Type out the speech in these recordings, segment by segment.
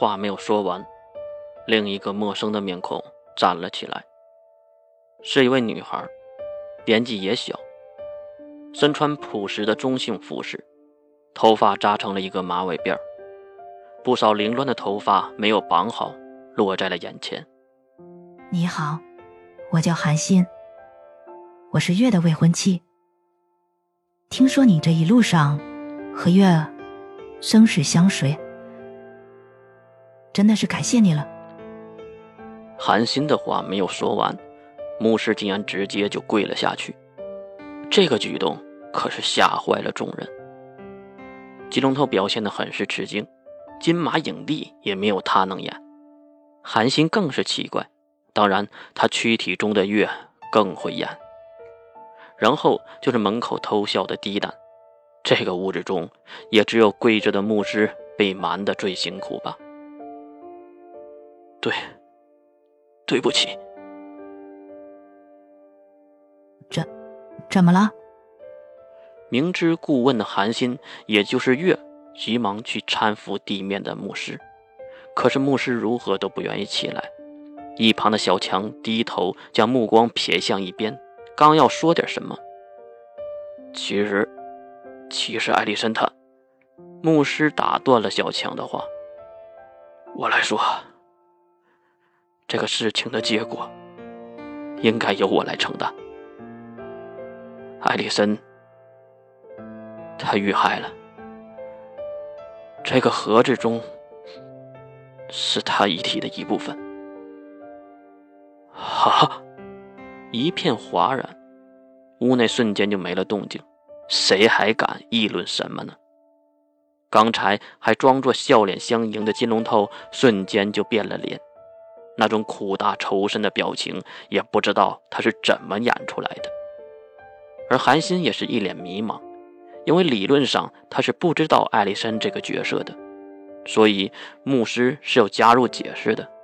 话没有说完，另一个陌生的面孔站了起来，是一位女孩，年纪也小，身穿朴实的中性服饰，头发扎成了一个马尾辫，不少凌乱的头发没有绑好，落在了眼前。 你好，我叫韩欣，我是月的未婚妻。听说你这一路上和月生死相随，真的是感谢你了。 韩欣的话没有说完，牧师竟然直接就跪了下去，这个举动可是吓坏了众人。金龙头表现得很是吃惊，金马影帝也没有他能演。韩欣更是奇怪，当然他躯体中的月更会演。然后就是门口偷笑的低胆，这个屋子中也只有跪着的牧师被瞒得最辛苦吧。对不起。 怎么了？ 明知故问的韩欣，也就是月，急忙去搀扶地面的牧师，可是牧师如何都不愿意起来。一旁的小强低头将目光瞥向一边，刚要说点什么，其实艾丽森他，牧师打断了小强的话。我来说，这个事情的结果应该由我来承担。艾丽森他遇害了，这个盒子中是他遗体的一部分。哈！一片哗然，屋内瞬间就没了动静，谁还敢议论什么呢？刚才还装作笑脸相迎的金龙头瞬间就变了脸，那种苦大仇深的表情也不知道他是怎么演出来的。而韩欣也是一脸迷茫，因为理论上他是不知道艾丽森这个角色的，所以牧师是要加入解释的。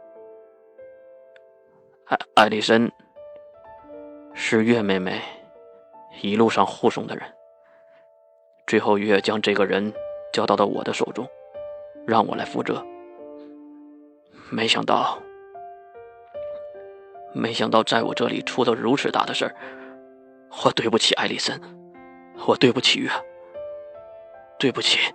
艾丽森是月妹妹一路上护送的人，最后月将这个人交到了我的手中，让我来负责。没想到在我这里出了如此大的事儿，我对不起艾丽森，我对不起月，对不起。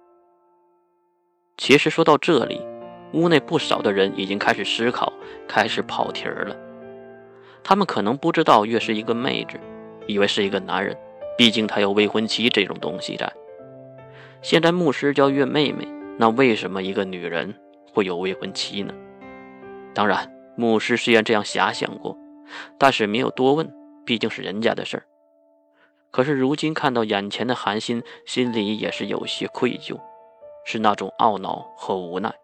其实说到这里，屋内不少的人已经开始思考，开始跑题儿了。他们可能不知道月是一个妹子，以为是一个男人，毕竟他有未婚妻这种东西在。现在牧师叫月妹妹，那为什么一个女人会有未婚妻呢？当然牧师虽然这样遐想过，但是没有多问，毕竟是人家的事儿。可是如今看到眼前的韩欣，心里也是有些愧疚，是那种懊恼和无奈。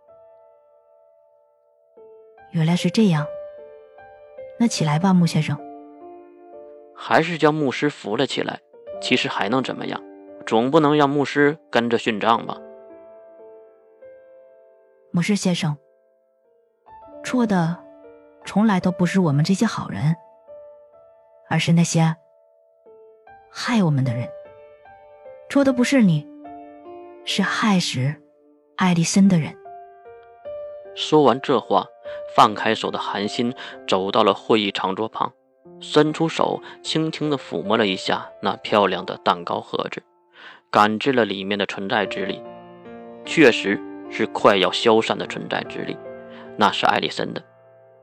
原来是这样，那起来吧，穆先生。 还是将牧师扶了起来，其实还能怎么样，总不能让牧师跟着殉葬吧。 牧师先生，错的从来都不是我们这些好人，而是那些害我们的人。错的不是你，是害死艾丽森的人。 说完这话，放开手的韩欣走到了会议长桌旁，伸出手轻轻地抚摸了一下那漂亮的蛋糕盒子，感知了里面的存在之力，确实是快要消散的存在之力，那是艾丽森的。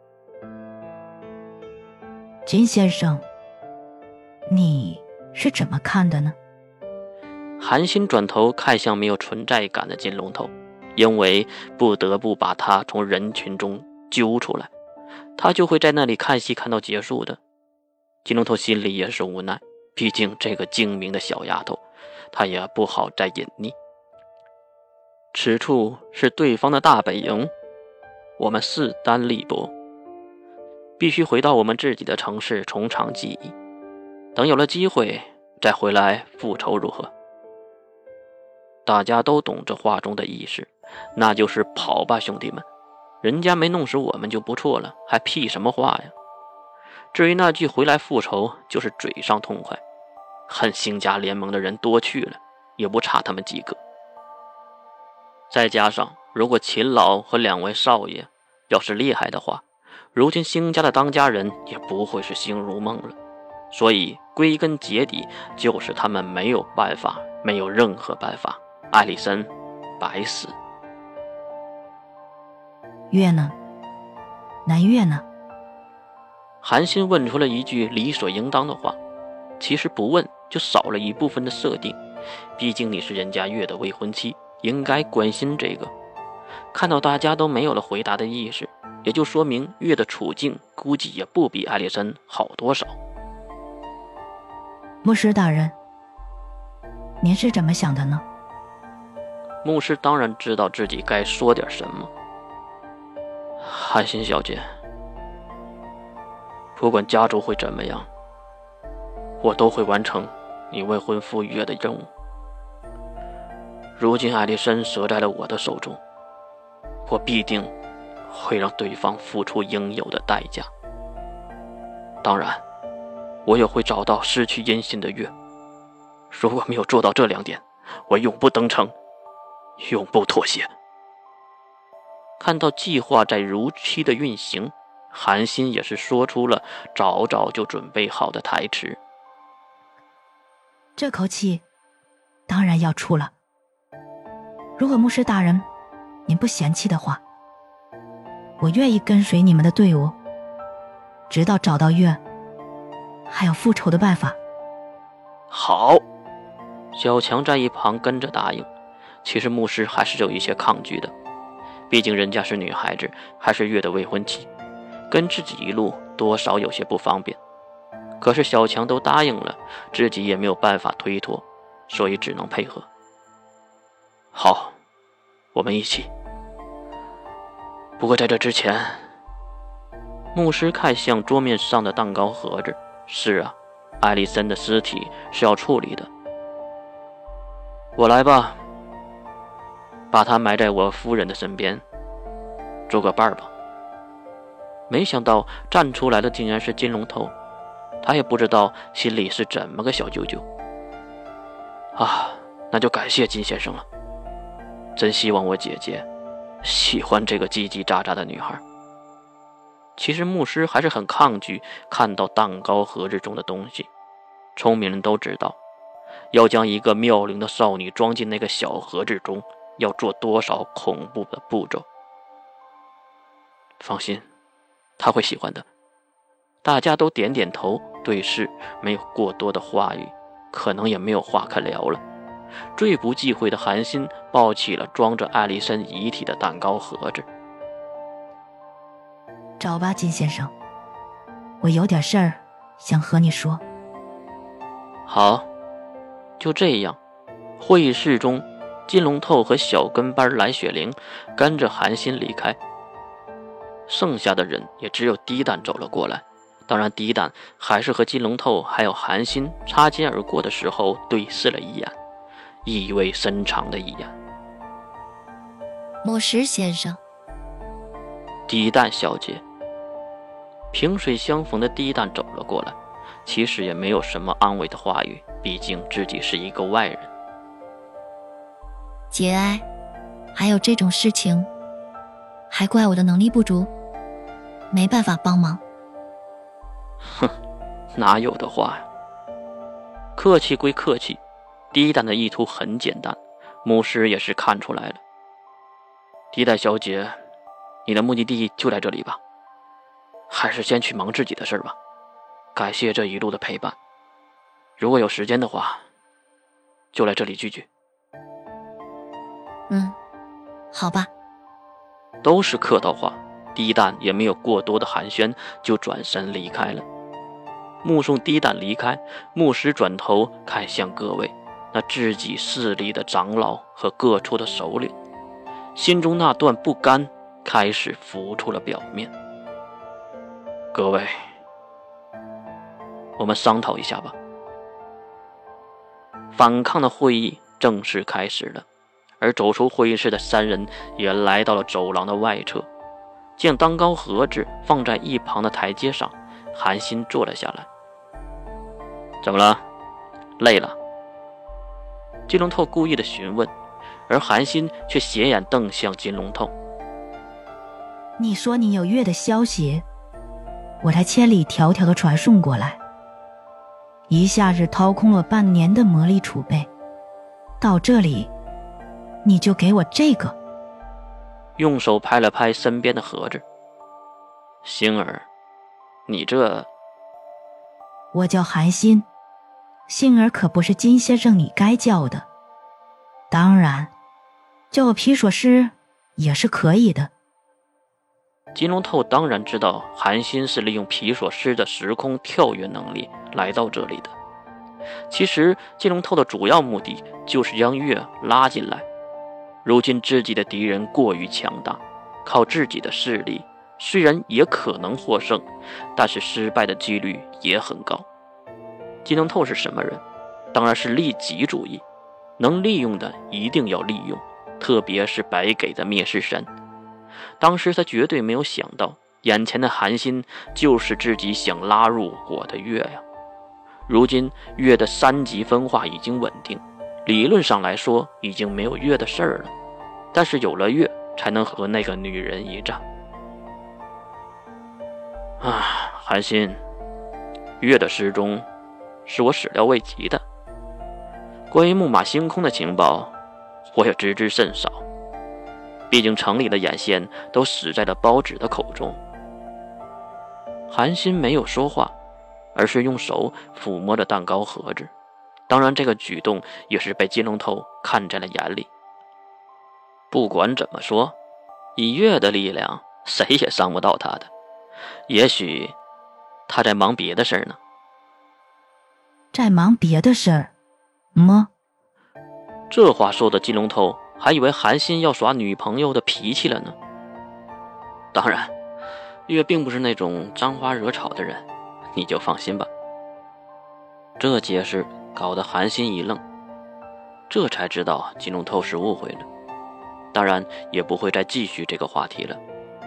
金先生，你是怎么看的呢？ 韩欣转头看向没有存在感的金龙头，因为不得不把他从人群中揪出来，他就会在那里看戏看到结束的。金龙头心里也是无奈，毕竟这个精明的小丫头，她也不好再隐匿。此处是对方的大本营，我们势单力薄，必须回到我们自己的城市从长计议，等有了机会再回来复仇如何？大家都懂这话中的意思，那就是跑吧兄弟们，人家没弄死我们就不错了，还屁什么话呀？至于那句回来复仇，就是嘴上痛快，恨星家联盟的人多去了，也不差他们几个。再加上如果秦老和2位少爷要是厉害的话，如今兴家的当家人也不会是星如梦了。所以归根结底就是他们没有办法，没有任何办法，艾丽森白死。 月呢？南月呢？ 韩信问出了一句理所应当的话，其实不问就少了一部分的设定，毕竟你是人家月的未婚妻，应该关心这个。看到大家都没有了回答的意识，也就说明月的处境估计也不比艾丽森好多少。 牧师大人，您是怎么想的呢？ 牧师当然知道自己该说点什么。韩信小姐，不管家族会怎么样，我都会完成你未婚夫月的任务。如今艾丽森折在了我的手中，我必定会让对方付出应有的代价。当然，我也会找到失去音信的月。如果没有做到这2点，我永不登城，永不妥协。看到计划在如期的运行，韩信也是说出了早早就准备好的台词。 这口气当然要出了。如果牧师大人您不嫌弃的话，我愿意跟随你们的队伍，直到找到月还有复仇的办法。 好，小强在一旁跟着答应。其实牧师还是有一些抗拒的，毕竟人家是女孩子，还是月的未婚妻，跟自己一路多少有些不方便。可是小强都答应了，自己也没有办法推脱，所以只能配合。好，我们一起。不过在这之前，牧师看向桌面上的蛋糕盒子。是啊，艾丽森的尸体是要处理的。我来吧，把她埋在我夫人的身边，做个伴吧。没想到站出来的竟然是金龙头，他也不知道心里是怎么个小九九。那就感谢金先生了。真希望我姐姐喜欢这个叽叽喳喳的女孩。其实牧师还是很抗拒看到蛋糕盒子中的东西，聪明人都知道，要将一个妙龄的少女装进那个小盒子中，要做多少恐怖的步骤。放心，她会喜欢的。大家都点点头，对视，没有过多的话语，可能也没有话可聊了。最不忌讳的韩信抱起了装着艾丽森遗体的蛋糕盒子。 找吧，金先生，我有点事儿想和你说。 好，就这样，会议室中，金龙透和小跟班蓝雪玲跟着韩信离开，剩下的人也只有低蛋走了过来。当然低蛋还是和金龙透还有韩信擦肩而过的时候对视了一眼，意味深长的一眼。 牧师先生， 低蛋小姐。萍水相逢的低蛋走了过来，其实也没有什么安慰的话语，毕竟自己是一个外人。 节哀，还有这种事情，还怪我的能力不足，没办法帮忙。 哼，哪有的话呀？客气归客气，低蛋的意图很简单，牧师也是看出来了。低蛋小姐，你的目的地就在这里吧，还是先去忙自己的事吧。感谢这一路的陪伴，如果有时间的话，就来这里聚聚。 好吧。 都是客套话，低蛋也没有过多的寒暄，就转身离开了。目送低蛋离开，牧师转头看向各位那自己势力的长老和各处的首领，心中那段不甘开始浮出了表面。各位，我们商讨一下吧。反抗的会议正式开始了，而走出会议室的3人也来到了走廊的外侧，将蛋糕盒子放在一旁的台阶上。韩信坐了下来。怎么了？累了？金龙透故意的询问， 而韩信却斜眼瞪向金龙头。 你说你有月的消息，我才千里迢迢的传送过来，一下子掏空了半年的魔力储备，到这里你就给我这个。 用手拍了拍身边的盒子。星儿，你这…… 我叫韩信，星儿可不是金先生你该叫的，当然叫我皮锁师也是可以的。 金龙透当然知道韩信是利用皮锁师的时空跳跃能力来到这里的。其实金龙透的主要目的就是将月拉进来。如今自己的敌人过于强大，靠自己的势力虽然也可能获胜，但是失败的几率也很高。金龙透是什么人？当然是利己主义，能利用的一定要利用，特别是白给的灭世神。当时他绝对没有想到，眼前的韩信就是自己想拉入伙的月呀。如今月的3级分化已经稳定，理论上来说已经没有月的事儿了，但是有了月才能和那个女人一战。韩信，月的失踪是我始料未及的，关于木马星空的情报我也知甚少，毕竟城里的眼线都死在了包子的口中。韩信没有说话，而是用手抚摸着蛋糕盒子，当然这个举动也是被金龙头看在了眼里。不管怎么说，以月的力量谁也伤不到他的，也许他在忙别的事儿呢。 在忙别的事儿吗？ 这话说的金龙头还以为韩信要耍女朋友的脾气了呢。当然月并不是那种沾花惹草的人，你就放心吧。这解释搞得韩信一愣，这才知道金龙头是误会了，当然也不会再继续这个话题了。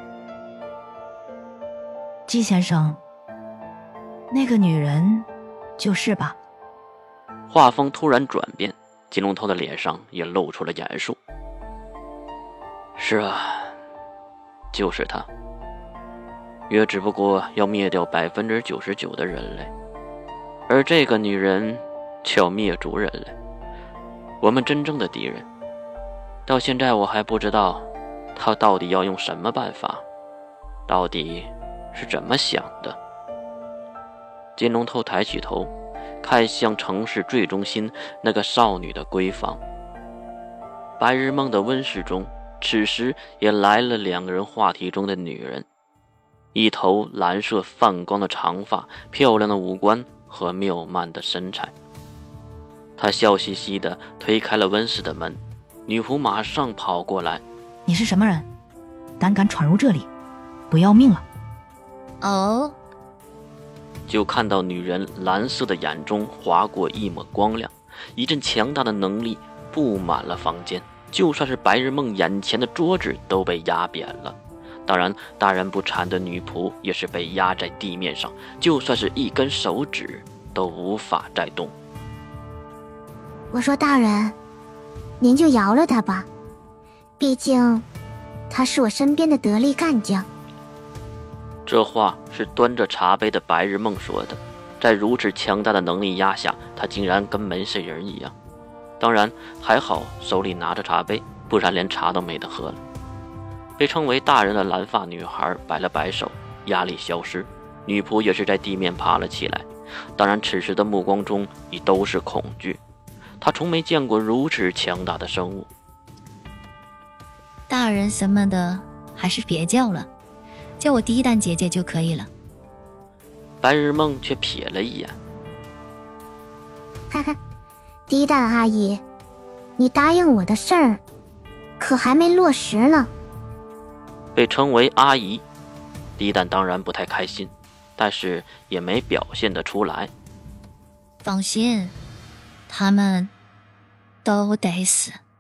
季先生，那个女人就是吧？ 话锋突然转变，金龙头的脸上也露出了严肃。是啊，就是她。月只不过要灭掉99%的人类，而这个女人却要灭族人类，我们真正的敌人。到现在我还不知道她到底要用什么办法，到底是怎么想的。金龙头抬起头，看向城市最中心那个少女的闺房。白日梦的温室中，此时也来了2个人话题中的女人，一头蓝色泛光的长发，漂亮的五官和妙曼的身材。她笑嘻嘻地推开了温室的门，女仆马上跑过来。 你是什么人？胆敢闯入这里，不要命了？ 哦， 就看到女人蓝色的眼中划过一抹光亮，一阵强大的能力布满了房间，就算是白日梦眼前的桌子都被压扁了。当然大人不缠的女仆也是被压在地面上，就算是一根手指都无法再动。 我说大人，您就饶了他吧，毕竟他是我身边的得力干将。 这话是端着茶杯的白日梦说的，在如此强大的能力压下，他竟然跟没事人一样。当然还好手里拿着茶杯，不然连茶都没得喝了。被称为大人的蓝发女孩摆了摆手，压力消失，女仆也是在地面爬了起来。当然此时的目光中已都是恐惧，她从没见过如此强大的生物。 大人什么的还是别叫了，叫我低蛋姐姐就可以了。 白日梦却瞥了一眼， 哈哈，低蛋阿姨，你答应我的事儿可还没落实呢。 被称为阿姨，低蛋当然不太开心，但是也没表现得出来。 放心，他们都得死。